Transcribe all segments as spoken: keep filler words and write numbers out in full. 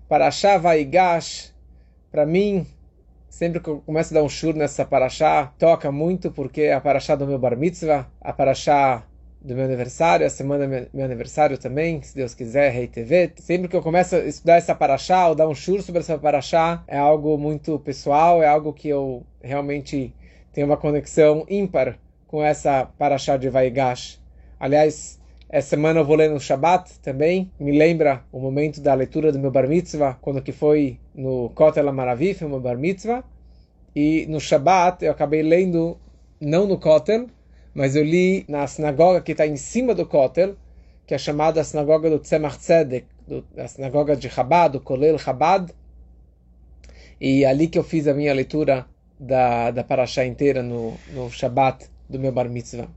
Parashá Vaigash, para mim, sempre que eu começo a dar um shur nessa Parashá, toca muito, porque é a Parashá do meu Bar Mitzvah, a Parashá do meu aniversário, a semana do meu aniversário também, se Deus quiser, Rei Tevet. Sempre que eu começo a estudar essa Parashá, ou dar um shur sobre essa Parashá, é algo muito pessoal, é algo que eu realmente tenho uma conexão ímpar com essa Parashá de Vaigash. Aliás, essa semana eu vou ler no Shabbat também. Me lembra o momento da leitura do meu Bar Mitzvah, quando que foi no Kotel Amaraviv, o meu Bar Mitzvah. E no Shabbat eu acabei lendo, não no Kotel, mas eu li na sinagoga que está em cima do Kotel, que é chamada a sinagoga do Tzemach Tzedek, do, a sinagoga de Chabad, do Kolel Chabad. E ali que eu fiz a minha leitura da, da Parashá inteira no, no Shabbat do meu Bar Mitzvah.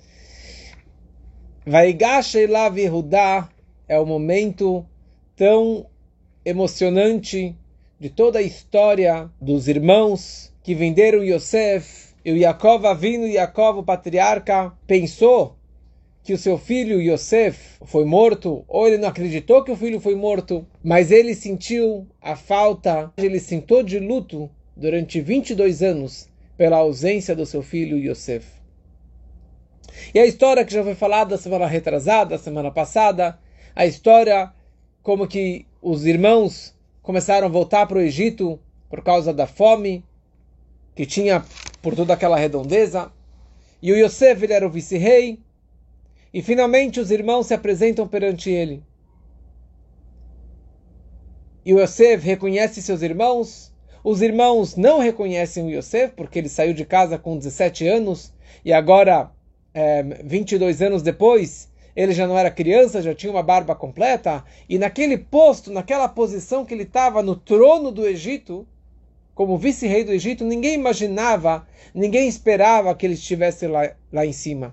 Vaigash Elav Yehudá é o momento tão emocionante de toda a história dos irmãos que venderam Yosef. E o Yaakov Avinu, Yaakov, o patriarca, pensou que o seu filho Yosef foi morto, ou ele não acreditou que o filho foi morto, mas ele sentiu a falta, ele sentou de luto durante vinte e dois anos pela ausência do seu filho Yosef. E a história que já foi falada semana retrasada, semana passada, a história como que os irmãos começaram a voltar para o Egito por causa da fome que tinha por toda aquela redondeza. E o Yosef, ele era o vice-rei. E finalmente os irmãos se apresentam perante ele. E o Yosef reconhece seus irmãos. Os irmãos não reconhecem o Yosef, porque ele saiu de casa com dezessete anos. E agora, é, vinte e dois anos depois, ele já não era criança, já tinha uma barba completa. E naquele posto, naquela posição que ele estava no trono do Egito, como vice-rei do Egito, ninguém imaginava, ninguém esperava que ele estivesse lá, lá em cima.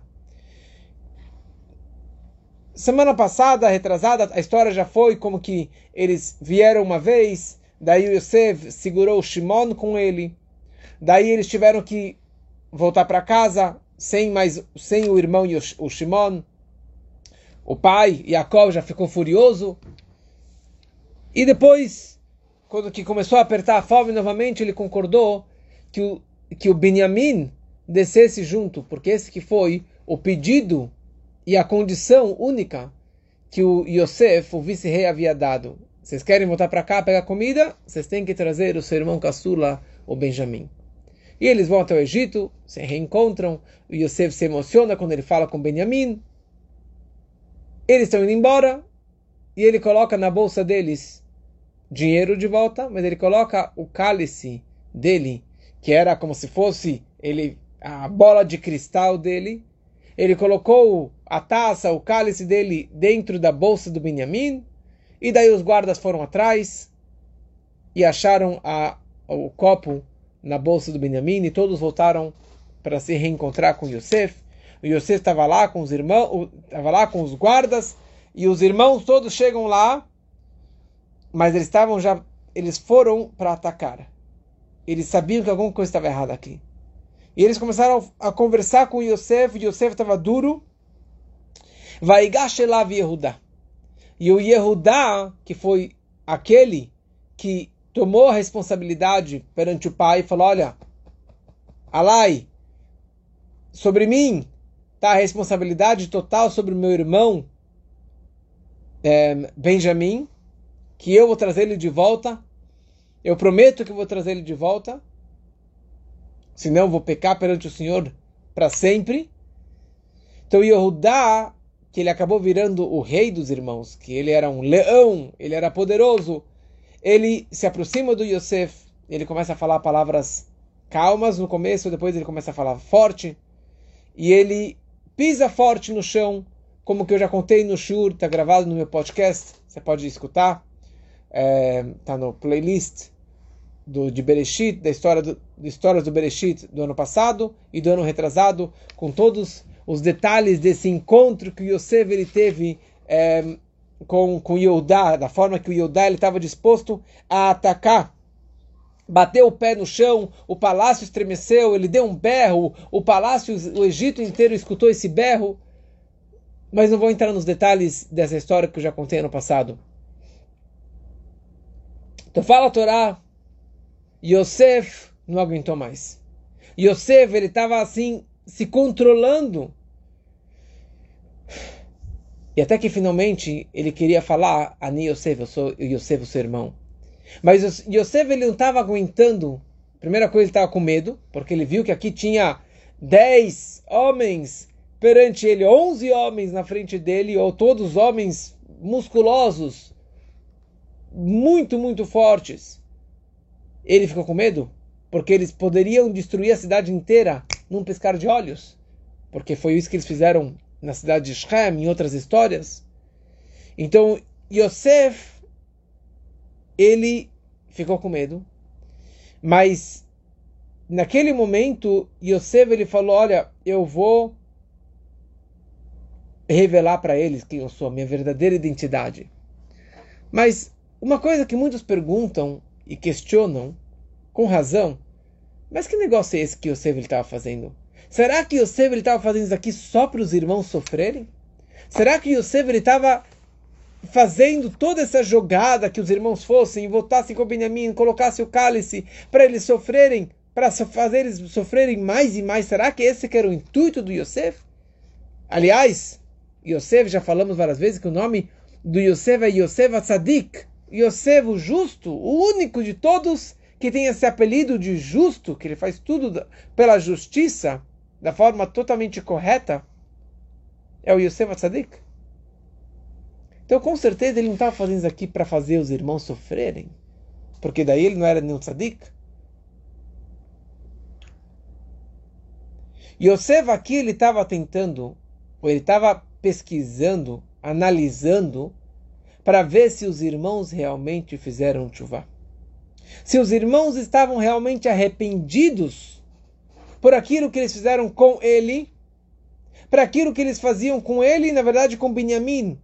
Semana passada, retrasada, a história já foi como que eles vieram uma vez, daí o Yosef segurou o Shimon com ele, daí eles tiveram que voltar para casa sem, mais, sem o irmão e o Shimon. O pai, Yaakov, já ficou furioso. E depois, quando que começou a apertar a fome novamente, ele concordou que o, que o Benjamim descesse junto, porque esse que foi o pedido e a condição única que o Yosef, o vice-rei, havia dado. Vocês querem voltar para cá pegar comida? Vocês têm que trazer o seu irmão caçula, o Benjamim. E eles vão até o Egito, se reencontram, o Yosef se emociona quando ele fala com Benjamim. Eles estão indo embora, e ele coloca na bolsa deles dinheiro de volta, mas ele coloca o cálice dele, que era como se fosse ele, a bola de cristal dele. Ele colocou a taça, o cálice dele dentro da bolsa do Benjamim, e daí os guardas foram atrás e acharam a, o copo na bolsa do Benjamim, e todos voltaram para se reencontrar com Yosef. O Yosef estava lá com os irmãos, estava lá com os guardas, e os irmãos todos chegam lá, mas eles estavam já, eles foram para atacar. Eles sabiam que alguma coisa estava errada aqui. E eles começaram a conversar com Yosef, e Yosef estava duro. Vaigash Elav Yehudá. E o Yehudá, que foi aquele que tomou a responsabilidade perante o pai, falou: olha, Alai, sobre mim está a responsabilidade total sobre o meu irmão é, Benjamim, que eu vou trazer ele de volta. Eu prometo que vou trazer ele de volta. Senão vou pecar perante o Senhor para sempre. Então Yehudá, que ele acabou virando o rei dos irmãos, que ele era um leão, ele era poderoso, ele se aproxima do Yosef, ele começa a falar palavras calmas no começo, depois ele começa a falar forte, e ele pisa forte no chão, como que eu já contei no Shur, está gravado no meu podcast, você pode escutar, está é, no playlist do, de Bereshit, da história do, de histórias do Bereshit do ano passado e do ano retrasado, com todos os detalhes desse encontro que o Yosef ele teve é, com, com Yehudá, da forma que o Yehudá estava disposto a atacar. Bateu o pé no chão, o palácio estremeceu, ele deu um berro, o palácio, o Egito inteiro escutou esse berro. Mas não vou entrar nos detalhes dessa história que eu já contei ano passado. Então fala a Torá, Yosef não aguentou mais. Yosef, ele estava assim, se controlando. E até que finalmente ele queria falar, Ani Yosef, eu sou Yosef, o seu irmão. Mas Yosef, ele não estava aguentando. Primeira coisa, ele estava com medo, porque ele viu que aqui tinha dez homens perante ele, onze homens na frente dele, ou todos homens musculosos, muito, muito fortes. Ele ficou com medo, porque eles poderiam destruir a cidade inteira num piscar de olhos, porque foi isso que eles fizeram na cidade de Shem, em outras histórias. Então, Yosef, ele ficou com medo, mas naquele momento, Yosef, ele falou, olha, eu vou revelar para eles quem eu sou, a minha verdadeira identidade. Mas uma coisa que muitos perguntam e questionam, com razão, mas que negócio é esse que Yosef estava fazendo? Será que Yosef estava fazendo isso aqui só para os irmãos sofrerem? Será que Yosef estava fazendo toda essa jogada que os irmãos fossem, voltassem com Benjamim, colocassem o cálice para eles sofrerem, para fazer eles sofrerem mais e mais? Será que esse que era o intuito do Yosef? Aliás, Yosef, já falamos várias vezes que o nome do Yosef é Yosef Atzadik, Yosef o justo, o único de todos que tem esse apelido de justo, que ele faz tudo pela justiça, da forma totalmente correta, é o Yosef Atzadik. Então, com certeza, ele não estava fazendo isso aqui para fazer os irmãos sofrerem, porque daí ele não era nenhum tzadik. Yosef aqui, ele estava tentando, ou ele estava pesquisando, analisando, para ver se os irmãos realmente fizeram tshuva. Se os irmãos estavam realmente arrependidos por aquilo que eles fizeram com ele, para aquilo que eles faziam com ele, e na verdade com Benjamim.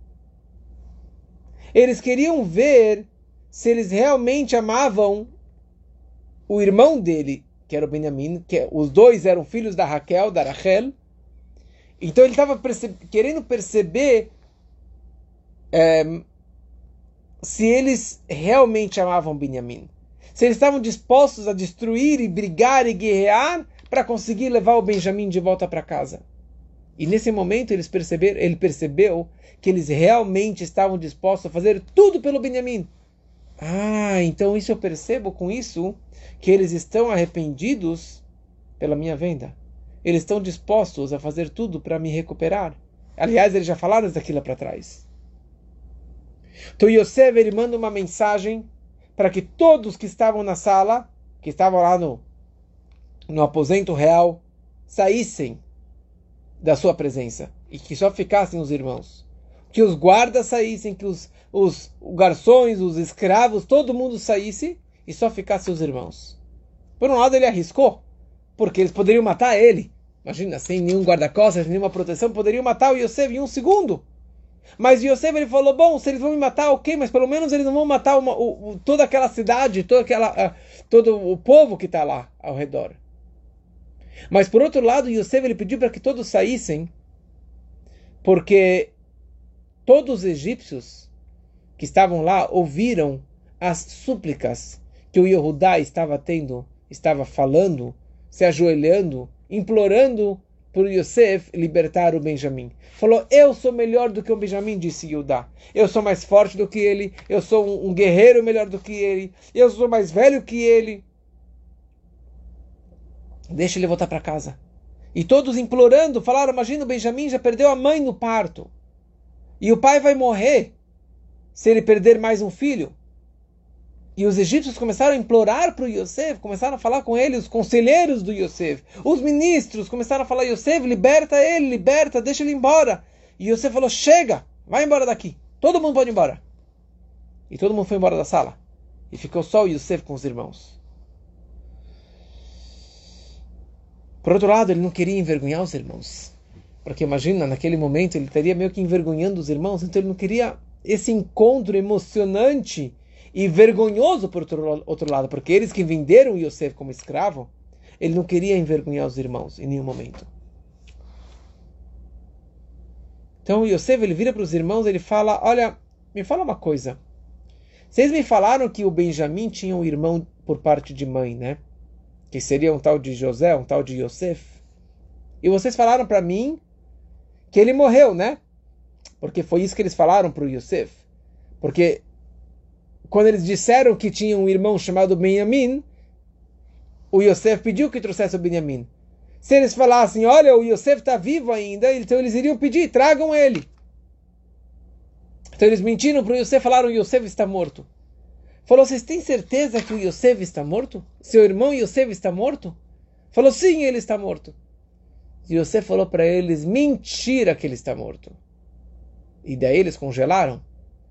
Eles queriam ver se eles realmente amavam o irmão dele, que era o Benjamim, que os dois eram filhos da Raquel, da Rachel. Então ele estava perce- querendo perceber é, se eles realmente amavam Benjamim. Se eles estavam dispostos a destruir e brigar e guerrear para conseguir levar o Benjamim de volta para casa. E nesse momento eles perceberam, ele percebeu que eles realmente estavam dispostos a fazer tudo pelo Benjamim. Ah, então isso eu percebo com isso, que eles estão arrependidos pela minha venda. Eles estão dispostos a fazer tudo para me recuperar. Aliás, eles já falaram isso daqui lá para trás. Então Yosef, ele manda uma mensagem para que todos que estavam na sala, que estavam lá no, no aposento real, saíssem da sua presença e que só ficassem os irmãos. Que os guardas saíssem, que os, os garçons, os escravos, todo mundo saísse e só ficassem os irmãos. Por um lado ele arriscou, porque eles poderiam matar ele. Imagina, sem nenhum guarda-costas, sem nenhuma proteção, poderiam matar o Yosef em um segundo. Mas Yosef, ele falou, bom, se eles vão me matar, ok, mas pelo menos eles não vão matar uma, o, o, toda aquela cidade, toda aquela, uh, todo o povo que está lá ao redor. Mas por outro lado, Yosef, ele pediu para que todos saíssem, porque todos os egípcios que estavam lá ouviram as súplicas que o Yehudá estava tendo, estava falando, se ajoelhando, implorando por Yosef libertar o Benjamim. Falou, eu sou melhor do que o Benjamim, disse Yehudá. Eu sou mais forte do que ele, eu sou um, um guerreiro melhor do que ele, eu sou mais velho que ele. Deixa ele voltar para casa. E todos implorando, falaram, imagina, o Benjamim já perdeu a mãe no parto. E o pai vai morrer se ele perder mais um filho. E os egípcios começaram a implorar para o Yosef, começaram a falar com ele, os conselheiros do Yosef, os ministros começaram a falar, Yosef, liberta ele, liberta, deixa ele embora. E Yosef falou, chega, vai embora daqui, todo mundo pode ir embora. E todo mundo foi embora da sala. E ficou só o Yosef com os irmãos. Por outro lado, ele não queria envergonhar os irmãos. Porque imagina, naquele momento ele estaria meio que envergonhando os irmãos, então ele não queria esse encontro emocionante e vergonhoso por outro, outro lado, porque eles que venderam Yosef como escravo, ele não queria envergonhar os irmãos em nenhum momento. Então Yosef, ele vira para os irmãos, ele fala, olha, me fala uma coisa, Vocês me falaram que o Benjamim tinha um irmão por parte de mãe, né? Que seria um tal de José, um tal de Yosef. E vocês falaram para mim que ele morreu, né? Porque foi isso que eles falaram para o Yosef. Porque quando eles disseram que tinha um irmão chamado Benjamim, o Yosef pediu que trouxesse o Benjamim. Se eles falassem, olha, o Yosef está vivo ainda, então eles iriam pedir, tragam ele. Então eles mentiram para o Yosef, falaram, o Yosef está morto. Falou, vocês têm certeza que o Yosef está morto? Seu irmão Yosef está morto? Falou, sim, ele está morto. E Yosef falou para eles, mentira que ele está morto. E daí eles congelaram.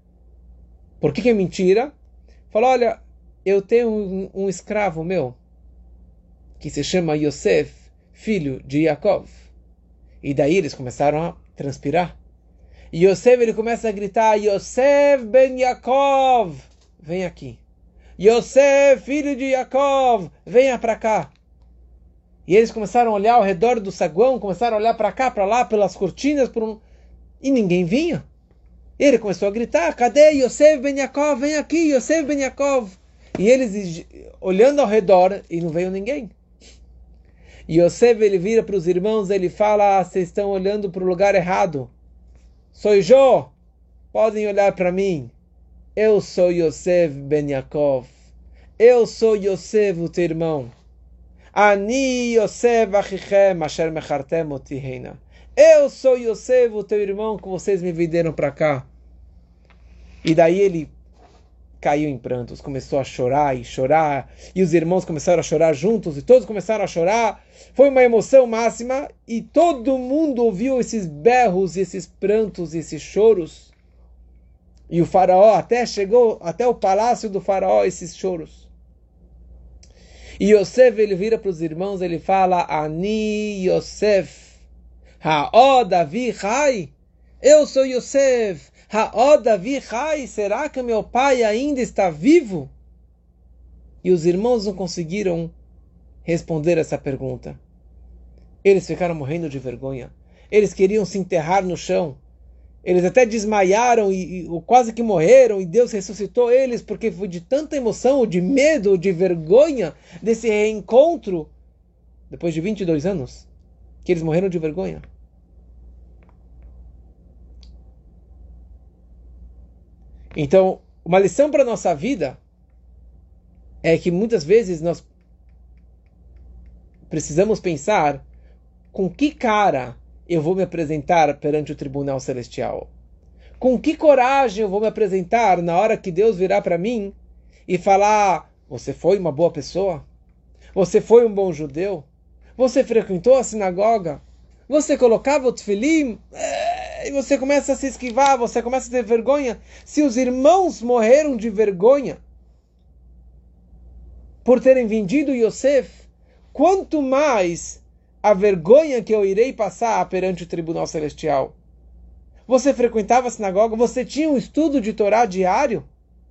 Por que que é mentira? Falou, olha, eu tenho um, um escravo meu, que se chama Yosef, filho de Yaakov. E daí eles começaram a transpirar. E Yosef, ele começa a gritar, Yosef ben Yaakov, vem aqui. Yosef, filho de Yaakov, venha para cá. E eles começaram a olhar ao redor do saguão, começaram a olhar para cá, para lá, pelas cortinas, por um... e ninguém vinha. Ele começou a gritar, cadê Yosef ben Yaakov, vem aqui, Yosef ben Yaakov. E eles olhando ao redor e não veio ninguém. E Yosef, ele vira para os irmãos, ele fala, ah, vocês estão olhando para o lugar errado. Sou eu, podem olhar para mim. Eu sou Yosef ben Yaakov. Eu sou Yosef, o teu irmão. Ani Yosef achichem asher mechartem oti heina. Eu sou Yosef, o teu irmão, que vocês me venderam para cá. E daí ele caiu em prantos, começou a chorar e chorar, e os irmãos começaram a chorar juntos, e todos começaram a chorar. Foi uma emoção máxima, e todo mundo ouviu esses berros, e esses prantos, e esses choros. E o faraó até chegou, até o palácio do faraó, esses choros. E Yosef, ele vira para os irmãos, ele fala, Ani Yosef, Ha'od Davi Chai, eu sou Yosef, Ha'od Davi Chai, será que meu pai ainda está vivo? E os irmãos não conseguiram responder essa pergunta. Eles ficaram morrendo de vergonha. Eles queriam se enterrar no chão. Eles até desmaiaram e, e quase que morreram, e Deus ressuscitou eles, porque foi de tanta emoção, de medo, de vergonha, desse reencontro, depois de vinte e dois anos, que eles morreram de vergonha. Então, uma lição para a nossa vida é que muitas vezes nós precisamos pensar com que cara eu vou me apresentar perante o tribunal celestial. Com que coragem eu vou me apresentar na hora que Deus virá para mim e falar, você foi uma boa pessoa? Você foi um bom judeu? Você frequentou a sinagoga? Você colocava o tefilim? E você começa a se esquivar, você começa a ter vergonha. Se os irmãos morreram de vergonha por terem vendido Yosef, quanto mais a vergonha que eu irei passar perante o tribunal celestial. Você frequentava a sinagoga? Você tinha um estudo de Torá diário?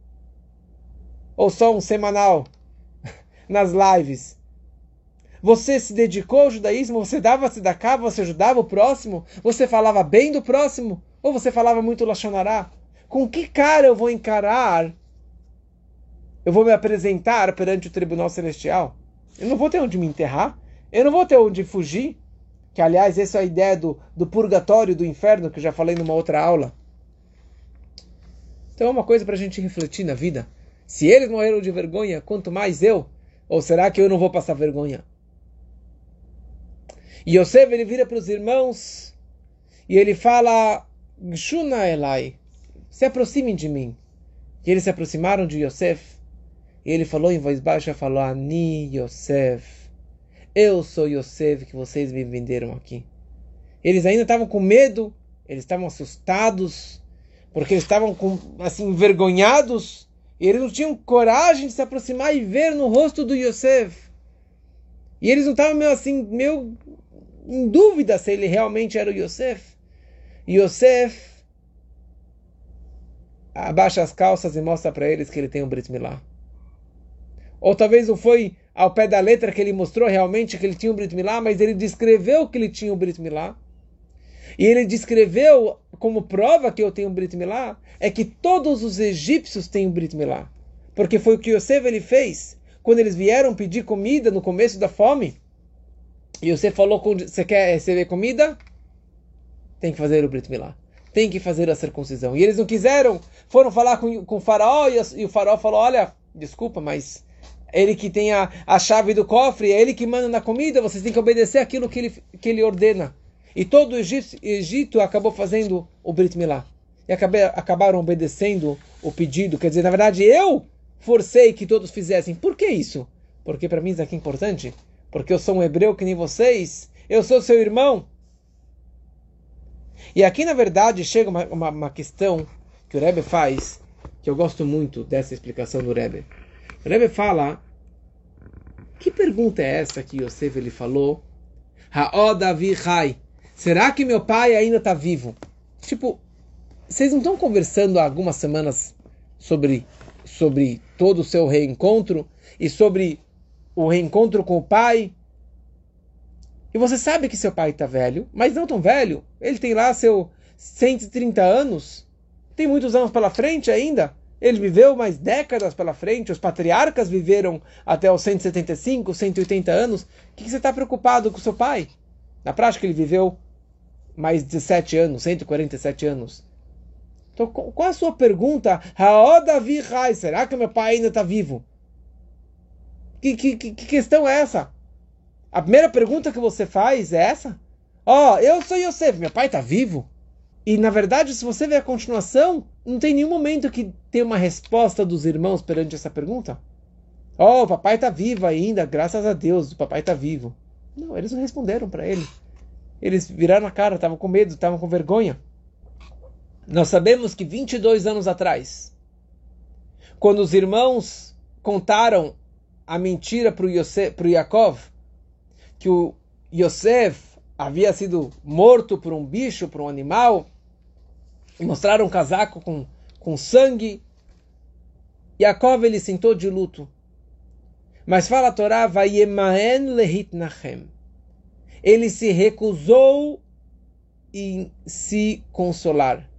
Ou só um semanal nas lives? Você se dedicou ao judaísmo? Você dava tzedakah? Você ajudava o próximo? Você falava bem do próximo? Ou você falava muito lashon hará? Com que cara eu vou encarar? Eu vou me apresentar perante o tribunal celestial? Eu não vou ter onde me enterrar? Eu não vou ter onde fugir? Que, aliás, essa é a ideia do, do purgatório, do inferno, que eu já falei numa outra aula. Então é uma coisa para a gente refletir na vida. Se eles morreram de vergonha, quanto mais eu? Ou será que eu não vou passar vergonha? E Yosef, ele vira para os irmãos e ele fala, Gshuna Elai, se aproximem de mim. E eles se aproximaram de Yosef. E ele falou em voz baixa, falou, Ani Yosef. Eu sou Yosef que vocês me venderam aqui. Eles ainda estavam com medo, eles estavam assustados, porque eles estavam com, assim, envergonhados, e eles não tinham coragem de se aproximar e ver no rosto do Yosef. E eles não estavam meio assim, meio em dúvida se ele realmente era o Yosef. Yosef abaixa as calças e mostra para eles que ele tem um Brit Milá. Ou talvez não foi ao pé da letra que ele mostrou realmente que ele tinha um Brit Milá, mas ele descreveu que ele tinha um Brit Milá. E ele descreveu como prova que eu tenho Brit Milá, é que todos os egípcios têm Brit Milá. Porque foi o que Yosef ele fez quando eles vieram pedir comida no começo da fome. E Yosef falou, você quer receber comida? Tem que fazer o Brit Milá. Tem que fazer a circuncisão. E eles não quiseram, foram falar com, com o faraó, e, e o faraó falou, olha, desculpa, mas ele que tem a, a chave do cofre, é ele que manda na comida, vocês têm que obedecer aquilo que ele, que ele ordena. E todo o Egito, Egito acabou fazendo o Brit Milá. E acabei, acabaram obedecendo o pedido. Quer dizer, na verdade, eu forcei que todos fizessem. Por que isso? Porque para mim isso aqui é importante. Porque eu sou um hebreu que nem vocês. Eu sou seu irmão. E aqui, na verdade, chega uma, uma, uma questão que o Rebbe faz, que eu gosto muito dessa explicação do Rebbe. O Rebbe fala, que pergunta é essa que Yosef ele falou? Ha'od avi chai. Será que meu pai ainda está vivo? Tipo, vocês não estão conversando há algumas semanas sobre, sobre todo o seu reencontro e sobre o reencontro com o pai? E você sabe que seu pai está velho, mas não tão velho. Ele tem lá seus cento e trinta anos. Tem muitos anos pela frente ainda. Ele viveu mais décadas pela frente. Os patriarcas viveram até os cento e setenta e cinco, cento e oitenta anos. O que você está preocupado com seu pai? Na prática ele viveu mais dezessete anos, cento e quarenta e sete anos. Então qual é a sua pergunta? Ha'odavi Rai, será que meu pai ainda está vivo? Que, que, que questão é essa? A primeira pergunta que você faz é essa? Ó, oh, eu sou Yosef, meu pai está vivo? E na verdade, se você ver a continuação, não tem nenhum momento que tem uma resposta dos irmãos perante essa pergunta. Ó, oh, o papai está vivo ainda, graças a Deus, o papai está vivo. Não, eles não responderam para ele. Eles viraram a cara, estavam com medo, estavam com vergonha. Nós sabemos que vinte e dois anos atrás, quando os irmãos contaram a mentira para o Yaakov, que o Yosef havia sido morto por um bicho, por um animal, e mostraram um casaco com, com sangue, Yaakov ele sentou de luto. Mas fala a Torá, Vayemaen lehitnachem. Ele se recusou em se consolar.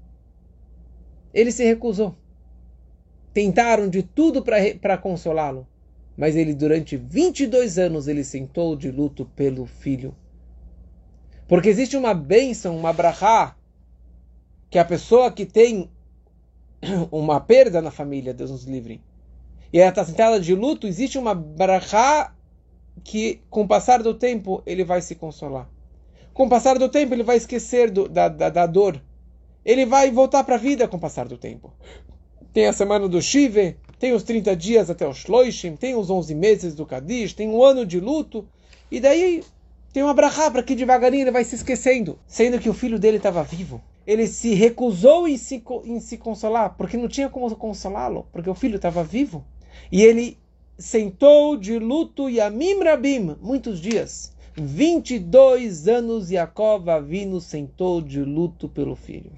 Ele se recusou. Tentaram de tudo para consolá-lo. Mas ele, durante vinte e dois anos, ele sentou de luto pelo filho. Porque existe uma bênção, uma brachá, que a pessoa que tem uma perda na família, Deus nos livre, e ela está sentada de luto, existe uma brachá que, com o passar do tempo, ele vai se consolar. Com o passar do tempo, ele vai esquecer do, da, da, da dor. Ele vai voltar para a vida com o passar do tempo. Tem a semana do Shiva, tem os trinta dias até o Shloishim, tem os onze meses do Kadish, tem um ano de luto, e daí tem uma brachá para que devagarinho ele vai se esquecendo, sendo que o filho dele estava vivo. Ele se recusou em se, em se consolar, porque não tinha como consolá-lo, porque o filho estava vivo. E ele sentou de luto Yamim Rabim, muitos dias. vinte e dois anos Yaakov Avinu sentou de luto pelo filho.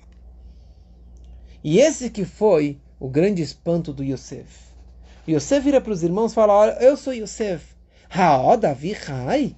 E esse que foi o grande espanto do Yosef. Yosef vira para os irmãos e fala, olha, eu sou Yosef. Ha'od Davi Chai?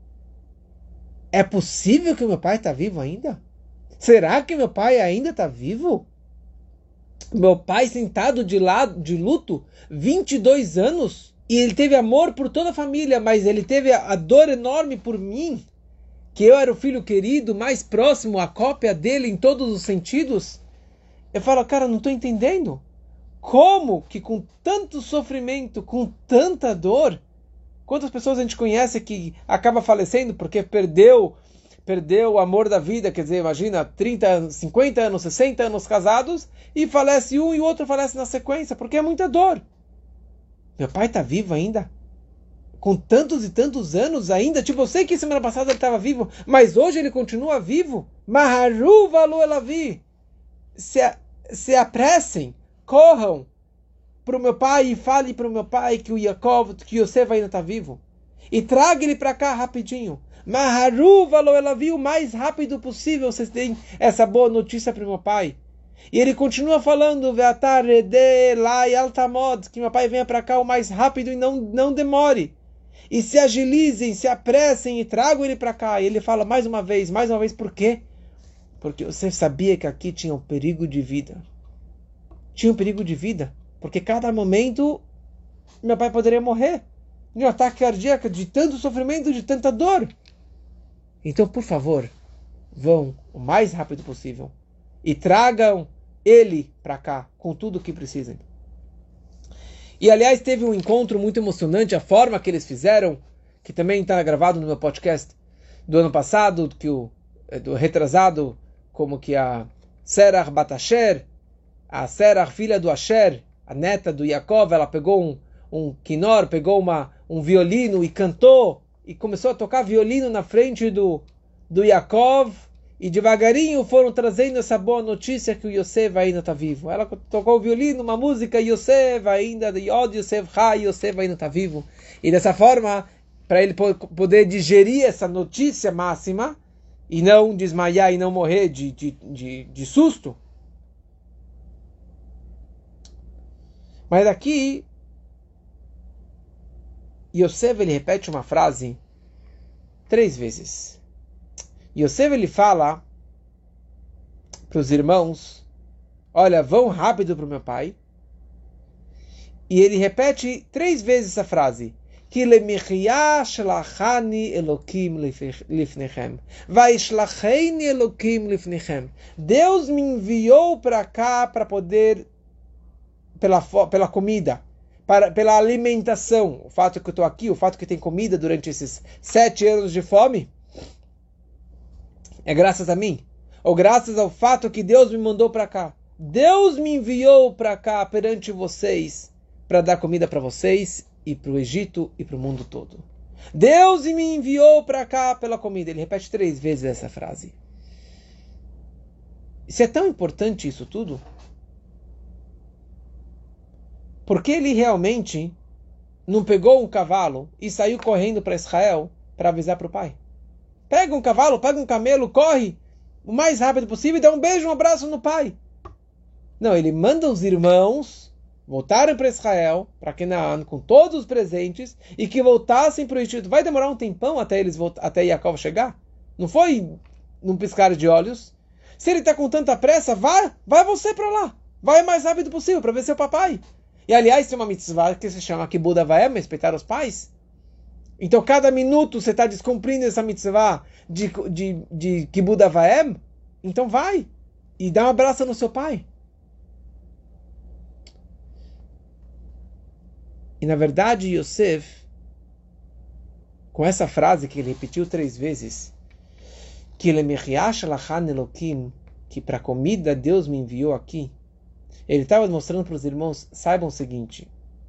É possível que meu pai está vivo ainda? Será que meu pai ainda está vivo? Meu pai sentado de lado, de luto, vinte e dois anos, e ele teve amor por toda a família, mas ele teve a, a dor enorme por mim, que eu era o filho querido, mais próximo, a cópia dele em todos os sentidos. Eu falo, cara, não estou entendendo. Como que com tanto sofrimento, com tanta dor, quantas pessoas a gente conhece que acaba falecendo porque perdeu, perdeu o amor da vida, quer dizer, imagina, trinta, cinquenta anos, sessenta anos casados, e falece um e o outro falece na sequência, porque é muita dor. Meu pai está vivo ainda? Com tantos e tantos anos ainda? Tipo, eu sei que semana passada ele estava vivo, mas hoje ele continua vivo? Maharu valu elavi. Se, se apressem, corram para o meu pai e fale para o meu pai que o Yaakov, que o Yosef ainda está vivo. E traga ele para cá rapidinho. Maharu valo elavi, o mais rápido possível vocês deem essa boa notícia para o meu pai. E ele continua falando, que meu pai venha para cá o mais rápido e não, não demore. E se agilizem, se apressem e tragam ele para cá. E ele fala mais uma vez, mais uma vez, por quê? Porque Yosef sabia que aqui tinha um perigo de vida. Tinha um perigo de vida. Porque cada momento meu pai poderia morrer de um ataque cardíaco, de tanto sofrimento, de tanta dor. Então, por favor, vão o mais rápido possível e tragam ele para cá com tudo o que precisem. E, aliás, teve um encontro muito emocionante, a forma que eles fizeram, que também está gravado no meu podcast do ano passado, que o do retrasado, como que a Serach Batasher, a Serach, filha do Asher, a neta do Yaakov, ela pegou um, um quinor, pegou uma, um violino e cantou, e começou a tocar violino na frente do, do Yaakov, e devagarinho foram trazendo essa boa notícia que o Yosef ainda está vivo. Ela tocou o violino, uma música, Yosef ainda, Yod Yosef Ha, Yosef ainda está vivo. E dessa forma, para ele poder digerir essa notícia máxima, e não desmaiar e não morrer de, de, de, de susto. Mas aqui, Yosef ele repete uma frase três vezes. Yosef ele fala para os irmãos, olha, vão rápido para o meu pai. E ele repete três vezes essa frase. Que lemechia shlachani Elokim lifnechem. Vaishlacheni Elokim lifnechem. Deus me enviou para cá para poder, pela, pela comida, para, pela alimentação. O fato que eu estou aqui, o fato que tem comida durante esses sete anos de fome, é graças a mim. Ou graças ao fato que Deus me mandou para cá. Deus me enviou para cá perante vocês para dar comida para vocês e para o Egito e para o mundo todo. Deus me enviou para cá pela comida. Ele repete três vezes essa frase. Se é tão importante isso tudo, por que ele realmente não pegou um cavalo e saiu correndo para Israel para avisar para o pai? Pega um cavalo, pega um camelo, corre o mais rápido possível e dá um beijo, um abraço no pai. Não, ele manda os irmãos voltarem para Israel, para Canaã, com todos os presentes, e que voltassem para o Egito. Vai demorar um tempão até eles voltar, até Yaakov chegar? Não foi num piscar de olhos? Se ele está com tanta pressa, vai, vai você para lá. Vai o mais rápido possível para ver seu papai. E aliás, tem uma mitzvah que se chama Kibud Avaim, respeitar os pais. Então, cada minuto você está descumprindo essa mitzvah de, de, de Kibud Avaim, então vai e dá um abraço no seu pai. E na verdade, Yosef, com essa frase que ele repetiu três vezes, que ele que para a comida Deus me enviou aqui, ele estava mostrando para os irmãos, saibam o seguinte,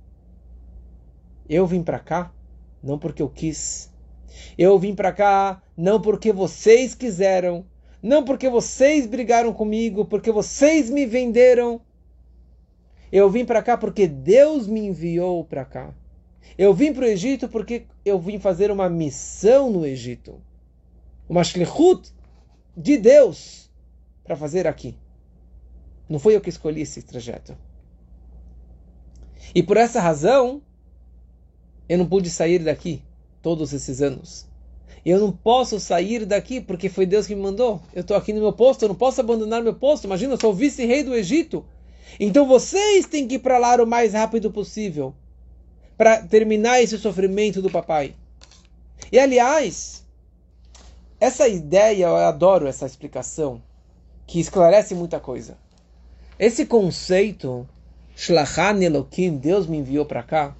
eu vim para cá não porque eu quis, eu vim para cá não porque vocês quiseram, não porque vocês brigaram comigo, porque vocês me venderam. Eu vim para cá porque Deus me enviou para cá. Eu vim para o Egito porque eu vim fazer uma missão no Egito. Uma shlichut de Deus para fazer aqui. Não foi eu que escolhi esse trajeto. E por essa razão, eu não pude sair daqui todos esses anos. Eu não posso sair daqui porque foi Deus que me mandou. Eu estou aqui no meu posto, eu não posso abandonar meu posto. Imagina, eu sou o vice-rei do Egito. Então vocês têm que ir para lá o mais rápido possível para terminar esse sofrimento do papai. E aliás, essa ideia, eu adoro essa explicação, que esclarece muita coisa. Esse conceito, Shlachan Elokim, Deus me enviou para cá,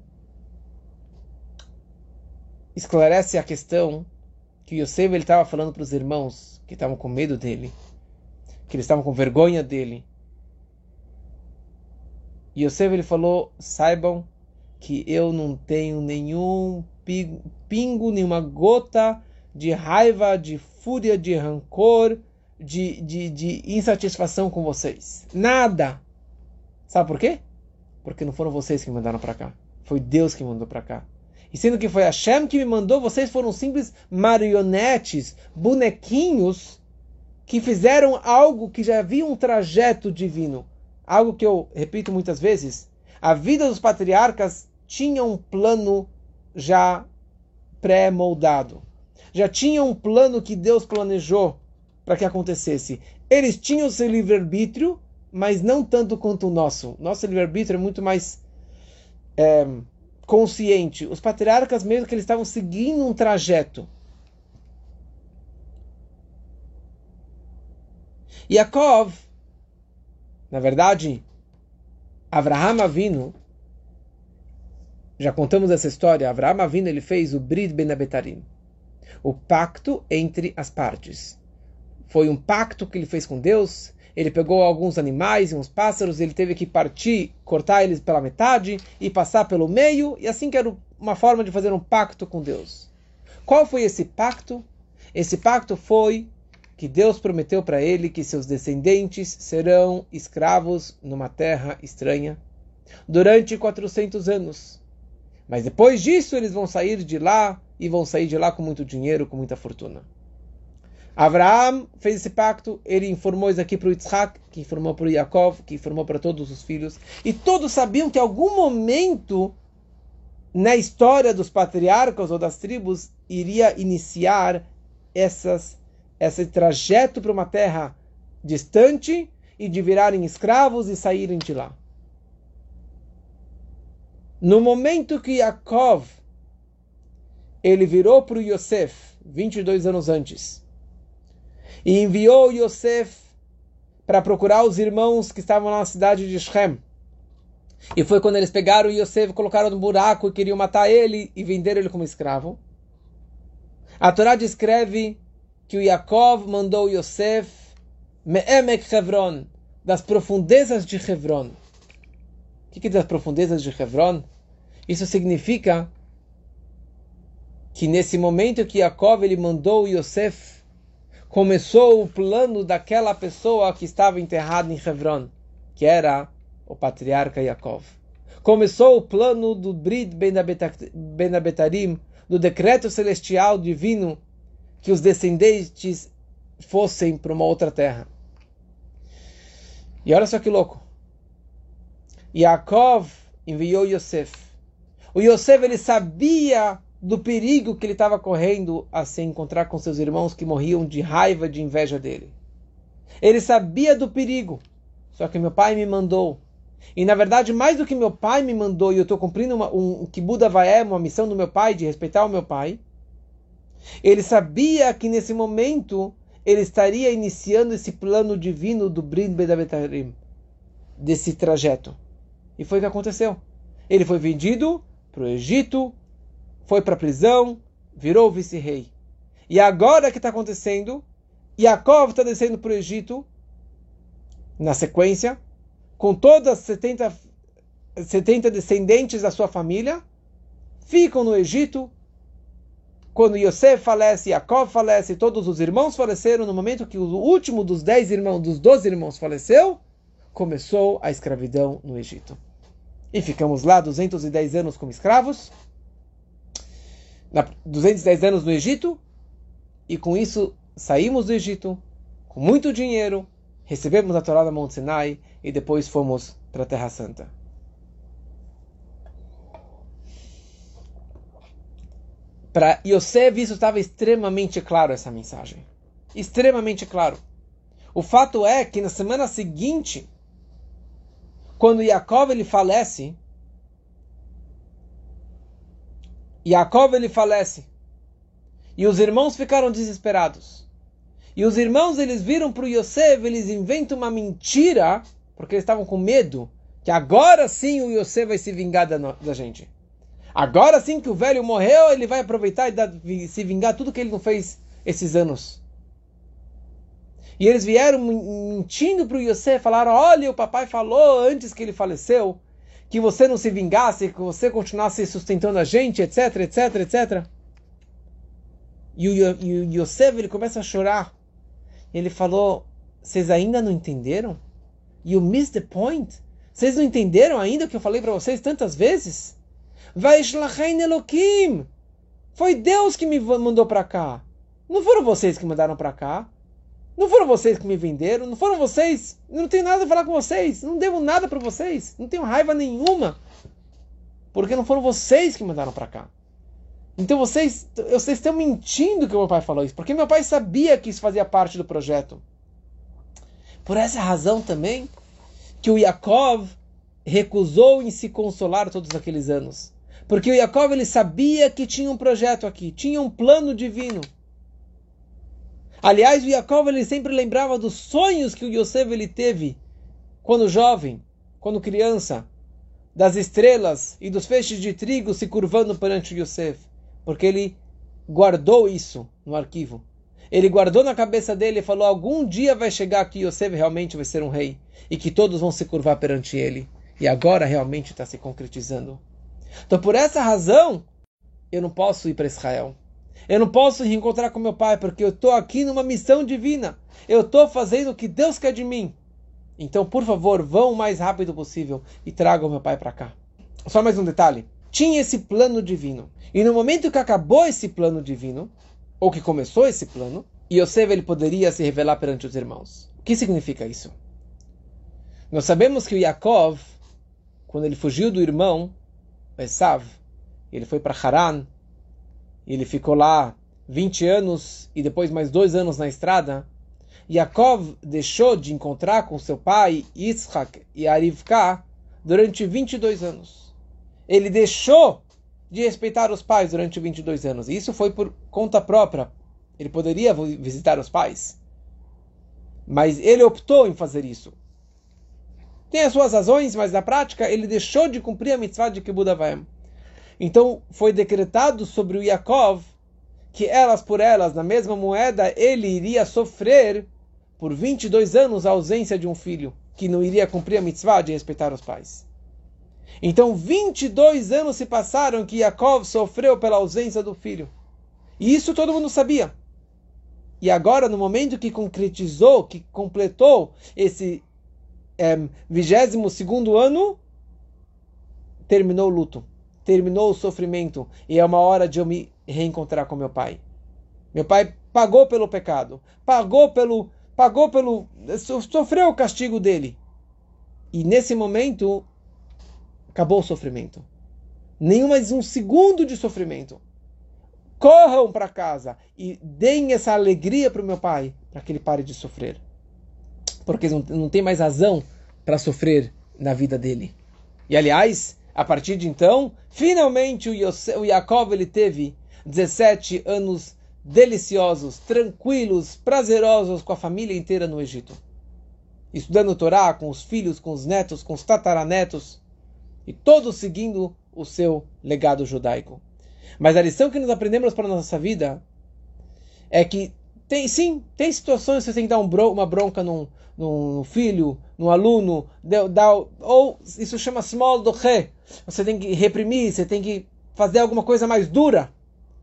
esclarece a questão que Yosef estava falando para os irmãos que estavam com medo dele, que eles estavam com vergonha dele. E Yosef ele falou, saibam que eu não tenho nenhum pingo, nenhuma gota de raiva, de fúria, de rancor, de, de, de insatisfação com vocês. Nada. Sabe por quê? Porque não foram vocês que me mandaram para cá. Foi Deus que me mandou para cá. E sendo que foi Hashem que me mandou, vocês foram simples marionetes, bonequinhos, que fizeram algo que já havia um trajeto divino. Algo que eu repito muitas vezes, a vida dos patriarcas tinha um plano já pré-moldado. Já tinha um plano que Deus planejou para que acontecesse. Eles tinham seu livre-arbítrio, mas não tanto quanto o nosso. Nosso livre-arbítrio é muito mais é, consciente. Os patriarcas, mesmo que eles estavam seguindo um trajeto. Yaakov, na verdade, Avraham Avinu, já contamos essa história, Avraham Avinu ele fez o Brit Ben Abetarim, o pacto entre as partes. Foi um pacto que ele fez com Deus. Ele pegou alguns animais e uns pássaros, ele teve que partir, cortar eles pela metade e passar pelo meio, e assim que era uma forma de fazer um pacto com Deus. Qual foi esse pacto? Esse pacto foi que Deus prometeu para ele que seus descendentes serão escravos numa terra estranha durante quatrocentos anos. Mas depois disso eles vão sair de lá e vão sair de lá com muito dinheiro, com muita fortuna. Avraham fez esse pacto, ele informou isso aqui para o Yitzhak, que informou para o Yaakov, que informou para todos os filhos, e todos sabiam que em algum momento na história dos patriarcas ou das tribos iria iniciar essas, esse trajeto para uma terra distante e de virarem escravos e saírem de lá. No momento que Yaakov ele virou para o Yosef, vinte e dois anos antes, e enviou Yosef para procurar os irmãos que estavam na cidade de Shem. E foi quando eles pegaram o Yosef, colocaram no buraco e queriam matar ele e venderam ele como escravo. A Torá descreve que o Yaakov mandou Yosef Me'emek Hebron, das profundezas de Hebron. O que é das profundezas de Hebron? Isso significa que nesse momento que Yaakov ele mandou Yosef, começou o plano daquela pessoa que estava enterrada em Hebron, que era o patriarca Yaakov. Começou o plano do Brit Ben Abetarim, do decreto celestial divino, que os descendentes fossem para uma outra terra. E olha só que louco. Yaakov enviou Yosef. O Yosef ele sabia do perigo que ele estava correndo a se encontrar com seus irmãos que morriam de raiva, de inveja dele. Ele sabia do perigo. Só que meu pai me mandou. E na verdade, mais do que meu pai me mandou, e eu estou cumprindo uma, um, um Kibud Avayem, uma missão do meu pai, de respeitar o meu pai, ele sabia que nesse momento ele estaria iniciando esse plano divino do Brit Ben Abetarim, desse trajeto. E foi o que aconteceu. Ele foi vendido para o Egito, foi para a prisão, virou vice-rei. E agora o que está acontecendo? Yaakov está descendo para o Egito, na sequência, com todas as setenta, setenta descendentes da sua família, ficam no Egito. Quando Yosef falece, Yaakov falece, todos os irmãos faleceram, no momento que o último dos dez irmãos, dos doze irmãos faleceu, começou a escravidão no Egito. E ficamos lá duzentos e dez anos como escravos, duzentos e dez anos no Egito, e com isso saímos do Egito com muito dinheiro, recebemos a Torá da Monte Sinai e depois fomos para a Terra Santa. Para Yosef isso estava extremamente claro, essa mensagem. Extremamente claro. O fato é que na semana seguinte, quando Yaakov ele falece, Yaakov ele falece, e os irmãos ficaram desesperados. E os irmãos eles viram para o Yosef, eles inventam uma mentira, porque eles estavam com medo, que agora sim o Yosef vai se vingar da, da gente. Agora sim que o velho morreu, ele vai aproveitar e dar, se vingar tudo que ele não fez esses anos. E eles vieram mentindo para o Yosef, falaram, olha, o papai falou antes que ele faleceu, que você não se vingasse, que você continuasse sustentando a gente, etc, etc, etcétera. E o, e o Yosef, ele começa a chorar. Ele falou, vocês ainda não entenderam? You missed the point? Vocês não entenderam ainda o que eu falei para vocês tantas vezes? Vaishlachein Elokim. Foi Deus que me mandou para cá. Não foram vocês que me mandaram para cá. Não foram vocês que me venderam. Não foram vocês. Eu não tenho nada a falar com vocês. Não devo nada para vocês. Não tenho raiva nenhuma. Porque não foram vocês que me mandaram para cá. Então vocês, vocês estão mentindo que o meu pai falou isso, porque meu pai sabia que isso fazia parte do projeto. Por essa razão também, que o Yaakov recusou em se consolar todos aqueles anos. Porque o Yaakov, ele sabia que tinha um projeto aqui, tinha um plano divino. Aliás, o Yaakov, ele sempre lembrava dos sonhos que o Yosef ele teve quando jovem, quando criança, das estrelas e dos feixes de trigo se curvando perante o Yosef, porque ele guardou isso no arquivo. Ele guardou na cabeça dele e falou, algum dia vai chegar que Yosef realmente vai ser um rei, e que todos vão se curvar perante ele. E agora realmente está se concretizando. Então, por essa razão, eu não posso ir para Israel. Eu não posso reencontrar com meu pai, porque eu estou aqui numa missão divina. Eu estou fazendo o que Deus quer de mim. Então, por favor, vão o mais rápido possível e tragam meu pai para cá. Só mais um detalhe. Tinha esse plano divino. E no momento que acabou esse plano divino, ou que começou esse plano, Yosef ele poderia se revelar perante os irmãos. O que significa isso? Nós sabemos que o Yaakov, quando ele fugiu do irmão, Esav, ele foi para Haran, e ele ficou lá vinte anos e depois mais dois anos na estrada. Yaakov deixou de encontrar com seu pai, Yitzhak e Arivka, durante vinte e dois anos. Ele deixou de respeitar os pais durante vinte e dois anos. E isso foi por conta própria. Ele poderia visitar os pais, mas ele optou em fazer isso. Tem as suas razões, mas na prática ele deixou de cumprir a mitzvah de Kibud Avayim. Então foi decretado sobre o Yaakov que elas por elas, na mesma moeda, ele iria sofrer por vinte e dois anos a ausência de um filho, que não iria cumprir a mitzvah de respeitar os pais. Então vinte e dois anos se passaram que Yaakov sofreu pela ausência do filho. E isso todo mundo sabia. E agora, no momento que concretizou, que completou esse vigésimo segundo ano, terminou o luto, terminou o sofrimento, e é uma hora de eu me reencontrar com meu pai. Meu pai pagou pelo pecado, pagou pelo, pagou pelo, sofreu o castigo dele. E nesse momento, acabou o sofrimento. Nem mais um segundo de sofrimento. Corram para casa e deem essa alegria para o meu pai, para que ele pare de sofrer. Porque não, não tem mais razão para sofrer na vida dele. E aliás, a partir de então, finalmente o, Yosef, o Yaakov ele teve dezessete anos deliciosos, tranquilos, prazerosos com a família inteira no Egito. Estudando Torá com os filhos, com os netos, com os tataranetos, e todos seguindo o seu legado judaico. Mas a lição que nós aprendemos para a nossa vida é que tem, sim, tem situações que você tem que dar um bro, uma bronca num, num filho, num aluno, de, da, ou isso chama small doche. Você tem que reprimir, você tem que fazer alguma coisa mais dura.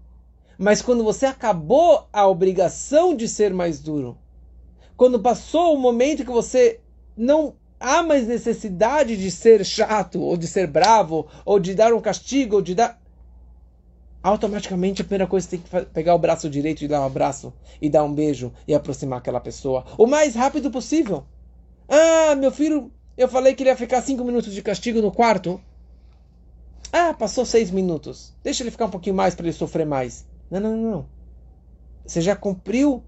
Mas quando você acabou a obrigação de ser mais duro, quando passou o momento que você não há mais necessidade de ser chato, ou de ser bravo, ou de dar um castigo, ou de dar... automaticamente a primeira coisa você tem que pegar o braço direito e dar um abraço, e dar um beijo, e aproximar aquela pessoa, o mais rápido possível. Ah, meu filho, eu falei que ele ia ficar cinco minutos de castigo no quarto. Ah, passou seis minutos. Deixa ele ficar um pouquinho mais para ele sofrer mais. Não, não, não, não. Você já cumpriu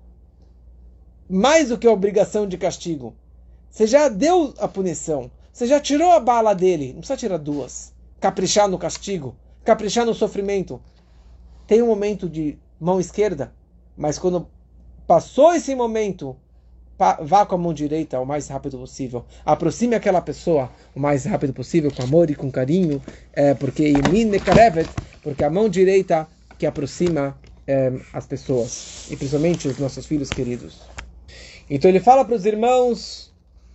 mais do que a obrigação de castigo. Você já deu a punição. Você já tirou a bala dele. Não precisa tirar duas. Caprichar no castigo. Caprichar no sofrimento. Tem um momento de mão esquerda, mas quando passou esse momento, vá com a mão direita o mais rápido possível. Aproxime aquela pessoa o mais rápido possível, com amor e com carinho, é, porque porque a mão direita que aproxima é, as pessoas, e principalmente os nossos filhos queridos. Então ele fala para os irmãos,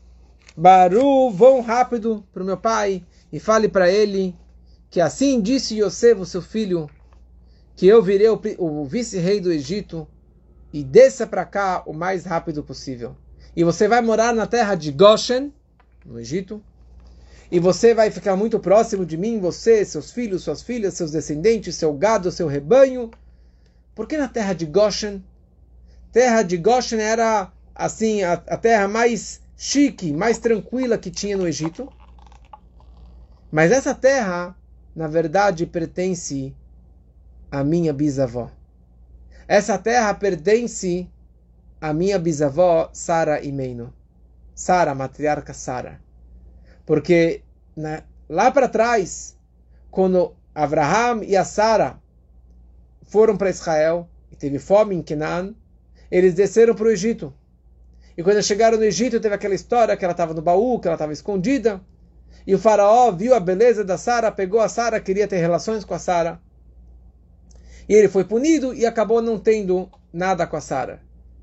Baru, vão rápido para o meu pai e fale para ele que assim disse Yosef, o seu filho, que eu virei o, o vice-rei do Egito e desça para cá o mais rápido possível. E você vai morar na terra de Goshen, no Egito, e você vai ficar muito próximo de mim, você, seus filhos, suas filhas, seus descendentes, seu gado, seu rebanho. Por que na terra de Goshen? Terra de Goshen era assim a, a terra mais chique, mais tranquila que tinha no Egito. Mas essa terra, na verdade, pertence à minha bisavó. Essa terra pertence à minha bisavó Sara Imeino. Sara, a matriarca Sara. Porque na, lá para trás, quando Abraham e a Sara foram para Israel, e teve fome em Canaã, eles desceram para o Egito. E quando chegaram no Egito, teve aquela história que ela estava no baú, que ela estava escondida. E o faraó viu a beleza da Sara, pegou a Sara, queria ter relações com a Sara. E ele foi punido e acabou não tendo nada com a Sara.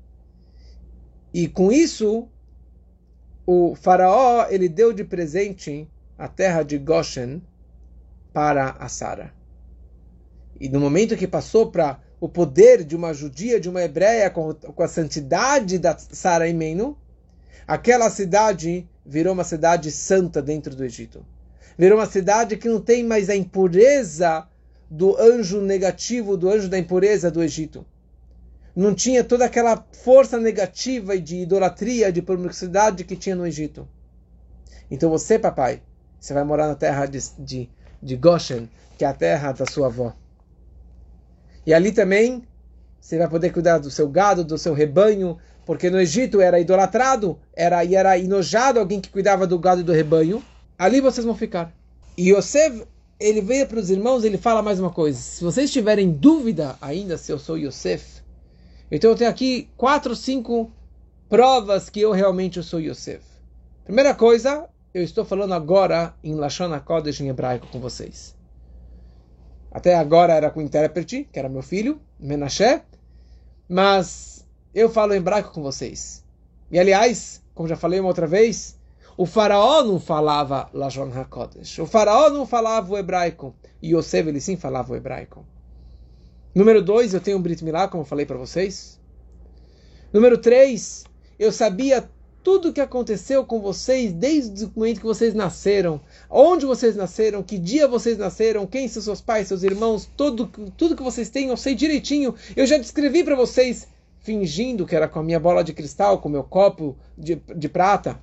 E com isso, o faraó ele deu de presente a terra de Goshen para a Sara. E no momento que passou para o poder de uma judia, de uma hebreia, com, com a santidade da Sara Imeino, aquela cidade virou uma cidade santa dentro do Egito. Virou uma cidade que não tem mais a impureza do anjo negativo, do anjo da impureza do Egito. Não tinha toda aquela força negativa e de idolatria, de promiscuidade que tinha no Egito. Então você, papai, você vai morar na terra de, de, de Goshen, que é a terra da sua avó. E ali também você vai poder cuidar do seu gado, do seu rebanho, porque no Egito era idolatrado, era, e era enojado alguém que cuidava do gado e do rebanho. Ali vocês vão ficar. E Yosef, ele veio para os irmãos, ele fala mais uma coisa. Se vocês tiverem dúvida ainda se eu sou Yosef, então eu tenho aqui quatro, cinco provas que eu realmente sou Yosef. Primeira coisa, eu estou falando agora em Lashon HaKodesh, em hebraico, com vocês. Até agora era com o intérprete, que era meu filho, Menashe, mas eu falo em hebraico com vocês. E aliás, como já falei uma outra vez, o faraó não falava Lashon HaKodesh. O faraó não falava o hebraico. E Yosef, ele sim falava o hebraico. Número dois, eu tenho um Brit Milá, como eu falei para vocês. Número três, eu sabia tudo o que aconteceu com vocês desde o momento que vocês nasceram. Onde vocês nasceram, que dia vocês nasceram, quem são seus pais, seus irmãos, tudo, tudo que vocês têm, eu sei direitinho. Eu já descrevi para vocês, fingindo que era com a minha bola de cristal, com o meu copo de, de prata.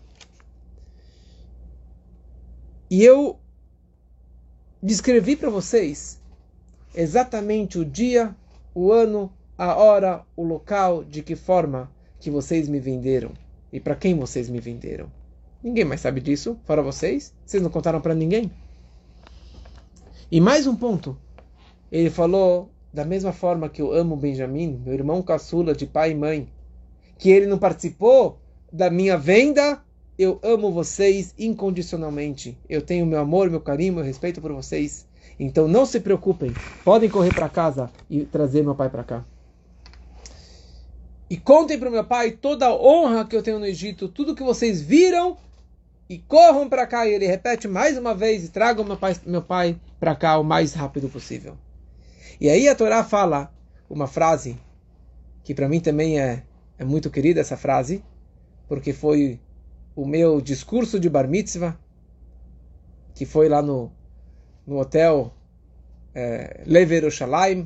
E eu descrevi para vocês exatamente o dia, o ano, a hora, o local, de que forma que vocês me venderam e para quem vocês me venderam. Ninguém mais sabe disso, fora vocês. Vocês não contaram para ninguém. E mais um ponto. Ele falou, da mesma forma que eu amo Benjamim, meu irmão caçula de pai e mãe, que ele não participou da minha venda, eu amo vocês incondicionalmente. Eu tenho meu amor, meu carinho, meu respeito por vocês. Então não se preocupem, podem correr para casa e trazer meu pai para cá. E contem para o meu pai toda a honra que eu tenho no Egito, tudo que vocês viram, e corram para cá. E ele repete mais uma vez, e tragam meu pai, meu pai para cá o mais rápido possível. E aí a Torá fala uma frase, que para mim também é, é muito querida essa frase, porque foi o meu discurso de Bar Mitzvah, que foi lá no no hotel é, Lev Yerushalayim.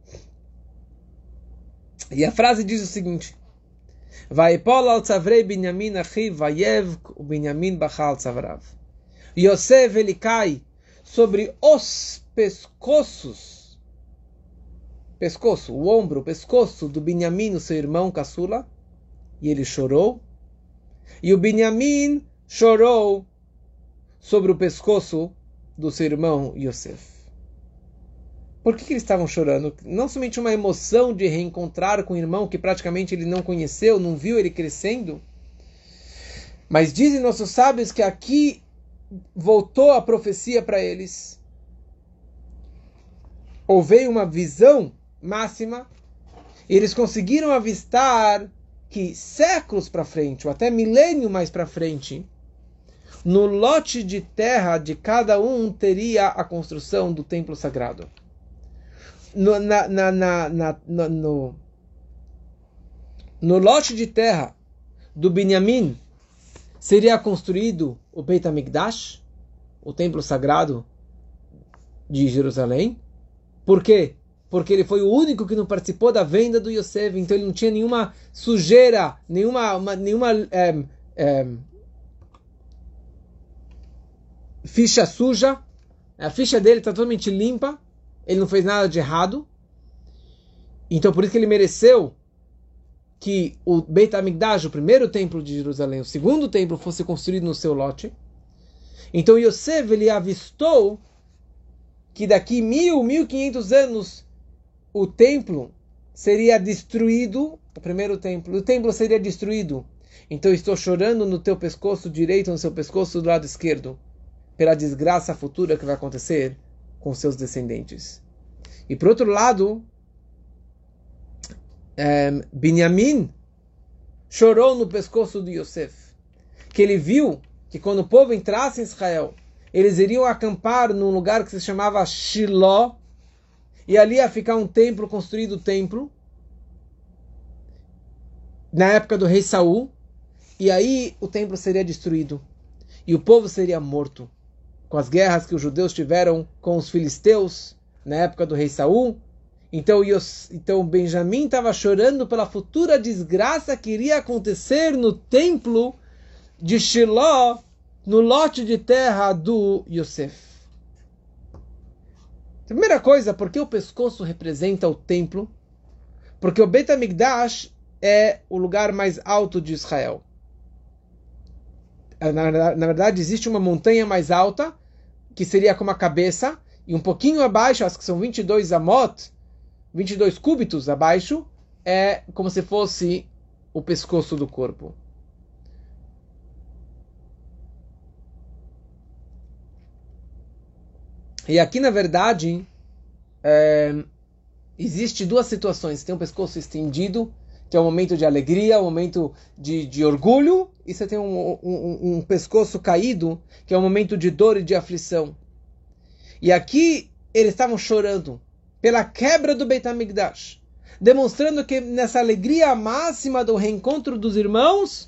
E a frase diz o seguinte: Vaipol al tzavrei Binyamin achiv vayevk u Binyamin bachal tzavrav. Yosef ele cai sobre os pescoços, pescoço, o ombro, o pescoço do Binyamin, o seu irmão caçula, e ele chorou. E o Binyamin chorou sobre o pescoço do seu irmão Yosef. Por que, que eles estavam chorando? Não somente uma emoção de reencontrar com o irmão que praticamente ele não conheceu, não viu ele crescendo, mas dizem nossos sábios que aqui voltou a profecia para eles. Ou veio uma visão máxima, e eles conseguiram avistar que séculos para frente, ou até milênio mais para frente, no lote de terra de cada um teria a construção do templo sagrado. No, na, na, na, na, no, no, no lote de terra do Binyamin seria construído o Beit HaMikdash, o templo sagrado de Jerusalém. Por quê? Porque ele foi o único que não participou da venda do Yosef, então ele não tinha nenhuma sujeira, nenhuma, uma, nenhuma é, é, ficha suja. A ficha dele está totalmente limpa, ele não fez nada de errado, Então por isso que ele mereceu que o Beit HaMikdash, o primeiro templo de Jerusalém, o segundo templo, fosse construído no seu lote. Então Yosef, ele avistou que daqui mil, mil e quinhentos anos o templo seria destruído, o primeiro templo, o templo seria destruído. Então eu estou chorando no teu pescoço direito, no seu pescoço do lado esquerdo, pela desgraça futura que vai acontecer com seus descendentes. E por outro lado, um, Binyamin chorou no pescoço de Yosef, que ele viu que quando o povo entrasse em Israel, eles iriam acampar num lugar que se chamava Shiló, e ali ia ficar um templo, construído o templo, na época do rei Saul, e aí o templo seria destruído, e o povo seria morto, com as guerras que os judeus tiveram com os filisteus, na época do rei Saul. Então, Yos, então Benjamim estava chorando pela futura desgraça que iria acontecer no templo de Shiló, no lote de terra do Yosef. Primeira coisa, por que o pescoço representa o templo? Porque o Beit HaMikdash é o lugar mais alto de Israel. Na, na verdade, existe uma montanha mais alta, que seria como a cabeça, e um pouquinho abaixo, acho que são vinte e dois amot, vinte e dois cúbitos abaixo, é como se fosse o pescoço do corpo. E aqui, na verdade, é, existe duas situações. Tem um pescoço estendido, que é um momento de alegria, um momento de, de orgulho, e você tem um, um, um pescoço caído, que é um momento de dor e de aflição. E aqui eles estavam chorando pela quebra do Beit HaMikdash, demonstrando que nessa alegria máxima do reencontro dos irmãos,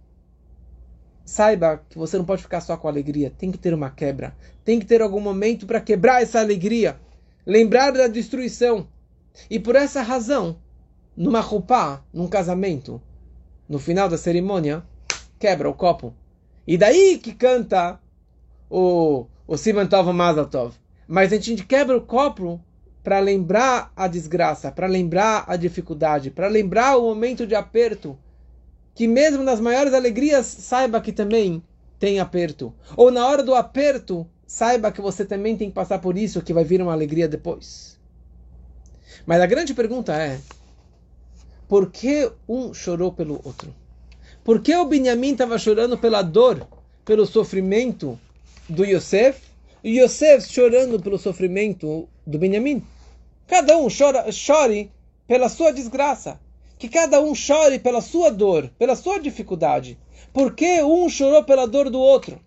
saiba que você não pode ficar só com alegria, tem que ter uma quebra, tem que ter algum momento para quebrar essa alegria, lembrar da destruição. E por essa razão, numa chupá, num casamento, no final da cerimônia, quebra o copo. E daí que canta o, o Siman Tov Mazel Tov. Mas a gente quebra o copo para lembrar a desgraça, para lembrar a dificuldade, para lembrar o momento de aperto, que mesmo nas maiores alegrias, saiba que também tem aperto. Ou na hora do aperto, saiba que você também tem que passar por isso, que vai vir uma alegria depois. Mas a grande pergunta é, por que um chorou pelo outro? Por que o Binyamin estava chorando pela dor, pelo sofrimento do Yosef, e Yosef chorando pelo sofrimento do Binyamin? Cada um chora, chore pela sua desgraça. Que cada um chore pela sua dor, pela sua dificuldade. Por que um chorou pela dor do outro?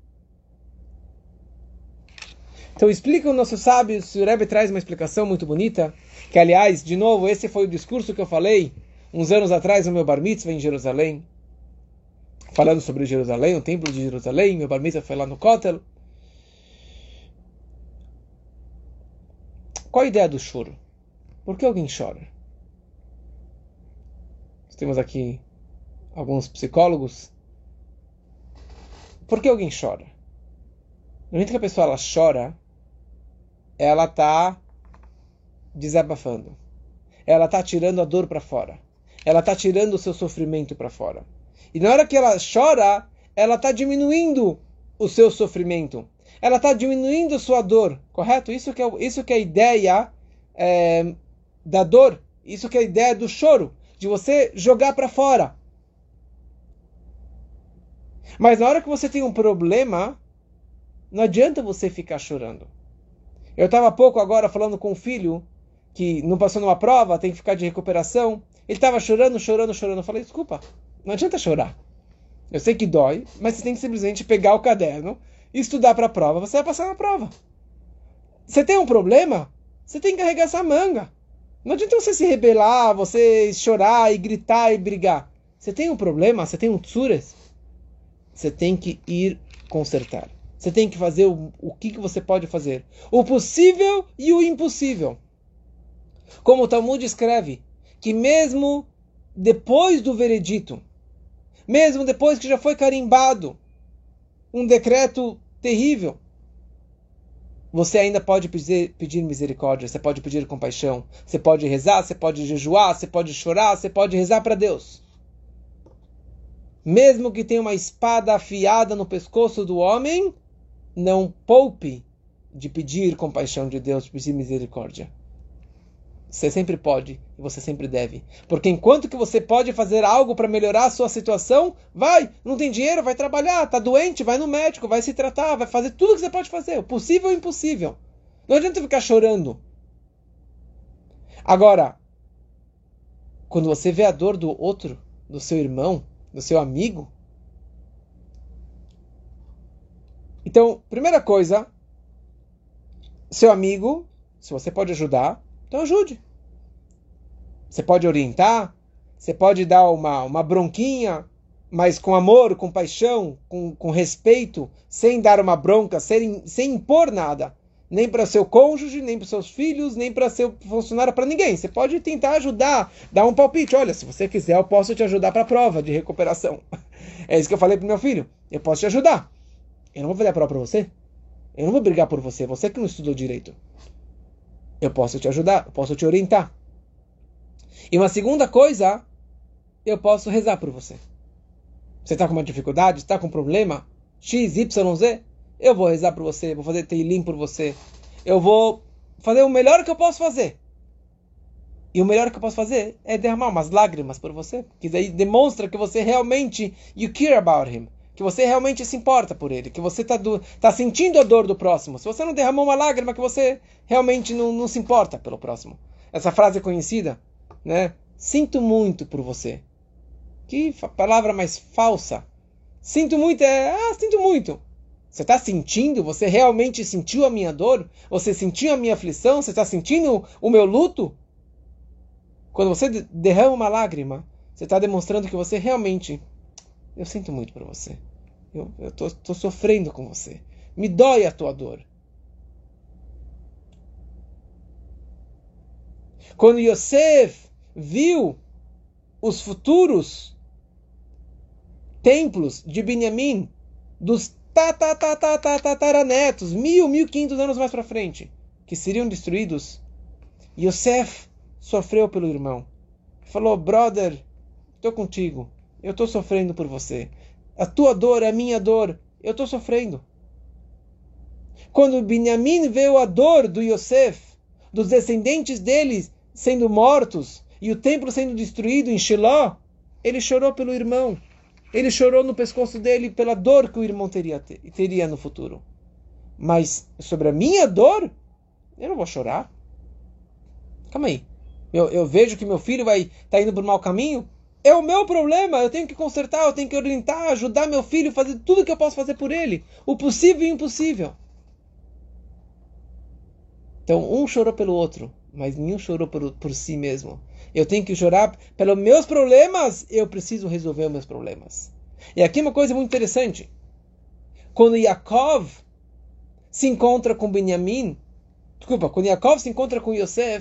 Então explica o nosso sábio, o Rebbe traz uma explicação muito bonita, que aliás, de novo, esse foi o discurso que eu falei uns anos atrás no meu Bar Mitzvah em Jerusalém, falando sobre Jerusalém, o templo de Jerusalém. Meu Bar Mitzvah foi lá no Kotel. Qual a ideia do choro? Por que alguém chora? Temos aqui alguns psicólogos. Por que alguém chora? No momento que a pessoa ela chora, ela está desabafando. Ela está tirando a dor para fora. Ela está tirando o seu sofrimento para fora. E na hora que ela chora, ela está diminuindo o seu sofrimento. Ela está diminuindo a sua dor. Correto? Isso que é, isso que é a ideia é, da dor. Isso que é a ideia do choro. De você jogar para fora. Mas na hora que você tem um problema, não adianta você ficar chorando. Eu estava há pouco agora falando com um filho que não passou numa prova, tem que ficar de recuperação. Ele estava chorando, chorando, chorando. Eu falei, desculpa, não adianta chorar. Eu sei que dói, mas você tem que simplesmente pegar o caderno e estudar para a prova. Você vai passar na prova. Você tem um problema? Você tem que carregar essa manga. Não adianta você se rebelar, você chorar e gritar e brigar. Você tem um problema, você tem um tsures, você tem que ir consertar. Você tem que fazer o, o que, que você pode fazer. O possível e o impossível. Como o Talmud escreve, que mesmo depois do veredito, mesmo depois que já foi carimbado um decreto terrível, você ainda pode pedir, pedir misericórdia, você pode pedir compaixão, você pode rezar, você pode jejuar, você pode chorar, você pode rezar para Deus. Mesmo que tenha uma espada afiada no pescoço do homem, não poupe de pedir compaixão de Deus, de pedir misericórdia. Você sempre pode e você sempre deve. Porque enquanto que você pode fazer algo para melhorar a sua situação, vai, não tem dinheiro, vai trabalhar, está doente, vai no médico, vai se tratar, vai fazer tudo que você pode fazer, o possível e o impossível. Não adianta ficar chorando. Agora, quando você vê a dor do outro, do seu irmão, do seu amigo, então, primeira coisa, seu amigo, se você pode ajudar, então ajude. Você pode orientar, você pode dar uma, uma bronquinha, mas com amor, com paixão, com, com respeito, sem dar uma bronca, sem, sem impor nada. Nem para seu cônjuge, nem para seus filhos, nem para seu funcionário, para ninguém. Você pode tentar ajudar, dar um palpite. Olha, se você quiser, eu posso te ajudar para a prova de recuperação. É isso que eu falei para o meu filho. Eu posso te ajudar. Eu não vou fazer a prova para você. Eu não vou brigar por você. Você que não estudou direito. Eu posso te ajudar, eu posso te orientar. E uma segunda coisa, eu posso rezar por você. Você está com uma dificuldade, está com um problema, X, Y, Z, eu vou rezar por você, vou fazer teilim por você. Eu vou fazer o melhor que eu posso fazer. E o melhor que eu posso fazer é derramar umas lágrimas por você, que daí demonstra que você realmente, you care about him. Que você realmente se importa por ele, que você está tá sentindo a dor do próximo. Se você não derramou uma lágrima, que você realmente não, não se importa pelo próximo. Essa frase é conhecida, né? Sinto muito por você. Que palavra mais falsa. Sinto muito é, ah, sinto muito. Você está sentindo? Você realmente sentiu a minha dor? Você sentiu a minha aflição? Você está sentindo o meu luto? Quando você derrama uma lágrima, você está demonstrando que você realmente... Eu sinto muito por você. Eu estou sofrendo com você. Me dói a tua dor. Quando Yosef viu os futuros templos de Benjamim, dos tataranetos, mil, mil e quinhentos anos mais para frente, que seriam destruídos, Yosef sofreu pelo irmão. Falou, brother, estou contigo. Eu estou sofrendo por você. A tua dor é a minha dor. Eu estou sofrendo. Quando Benjamim viu a dor do Yosef, dos descendentes deles sendo mortos, e o templo sendo destruído em Shiló, ele chorou pelo irmão. Ele chorou no pescoço dele pela dor que o irmão teria, teria no futuro. Mas sobre a minha dor, eu não vou chorar. Calma aí. Eu, eu vejo que meu filho vai tá indo por mau caminho. É o meu problema, eu tenho que consertar, eu tenho que orientar, ajudar meu filho, fazer tudo que eu posso fazer por ele. O possível e o impossível. Então, um chorou pelo outro, mas nenhum chorou por, por si mesmo. Eu tenho que chorar pelos meus problemas, eu preciso resolver os meus problemas. E aqui uma coisa muito interessante. Quando Yaakov se encontra com Benjamim, desculpa, quando Yaakov se encontra com Yosef,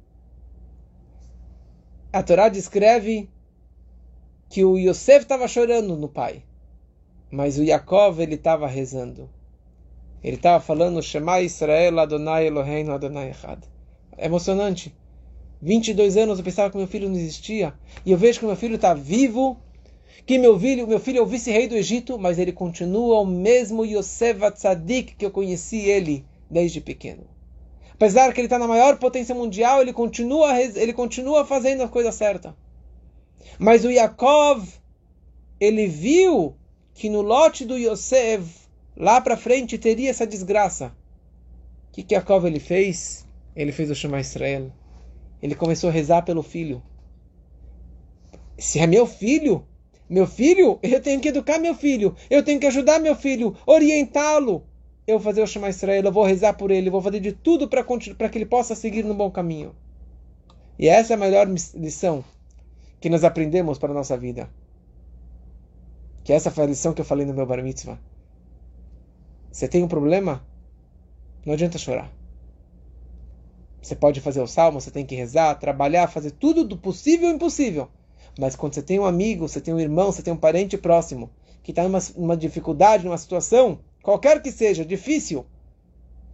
a Torá descreve que o Yosef estava chorando no pai, mas o Yaakov ele estava rezando. Ele estava falando Shema Israel Adonai Eloheinu Adonai Echad. É emocionante. vinte e dois anos eu pensava que meu filho não existia, e eu vejo que meu filho está vivo, que meu filho, meu filho é o vice-rei do Egito, mas ele continua o mesmo Yosef Atzadik que eu conheci ele desde pequeno. Apesar que ele está na maior potência mundial, ele continua, ele continua fazendo a coisa certa. Mas o Yaakov, ele viu que no lote do Yosef, lá para frente, teria essa desgraça. O que que Yaakov ele fez? Ele fez o Shema Israel. Ele começou a rezar pelo filho. Se é meu filho, meu filho, eu tenho que educar meu filho, eu tenho que ajudar meu filho, orientá-lo. Eu vou fazer o Shema Israel, eu vou rezar por ele, eu vou fazer de tudo para que ele possa seguir no bom caminho. E essa é a melhor lição que nós aprendemos para a nossa vida. Que essa foi a lição que eu falei no meu Bar Mitzvah. Você tem um problema? Não adianta chorar. Você pode fazer o salmo, você tem que rezar, trabalhar, fazer tudo do possível e impossível. Mas quando você tem um amigo, você tem um irmão, você tem um parente próximo, que está numa, numa dificuldade, numa situação, qualquer que seja, difícil,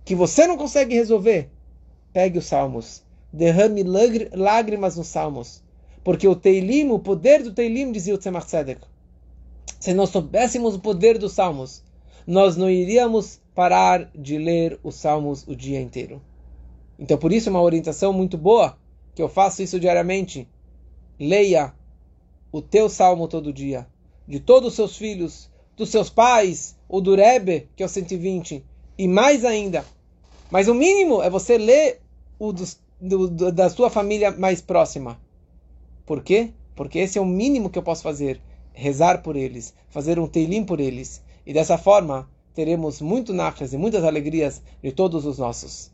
que você não consegue resolver, pegue os salmos. Derrame lágrimas nos salmos. Porque o Teilim, o poder do Teilim, dizia o Tzemach Tzedek, se nós soubéssemos o poder dos salmos, nós não iríamos parar de ler os salmos o dia inteiro. Então, por isso, é uma orientação muito boa, que eu faço isso diariamente. Leia o teu salmo todo dia, de todos os seus filhos, dos seus pais, o do Rebbe, que é o cento e vinte, e mais ainda. Mas o mínimo é você ler o dos, do, do, da sua família mais próxima. Por quê? Porque esse é o mínimo que eu posso fazer. Rezar por eles, fazer um teilim por eles. E dessa forma, teremos muito nachas e muitas alegrias de todos os nossos.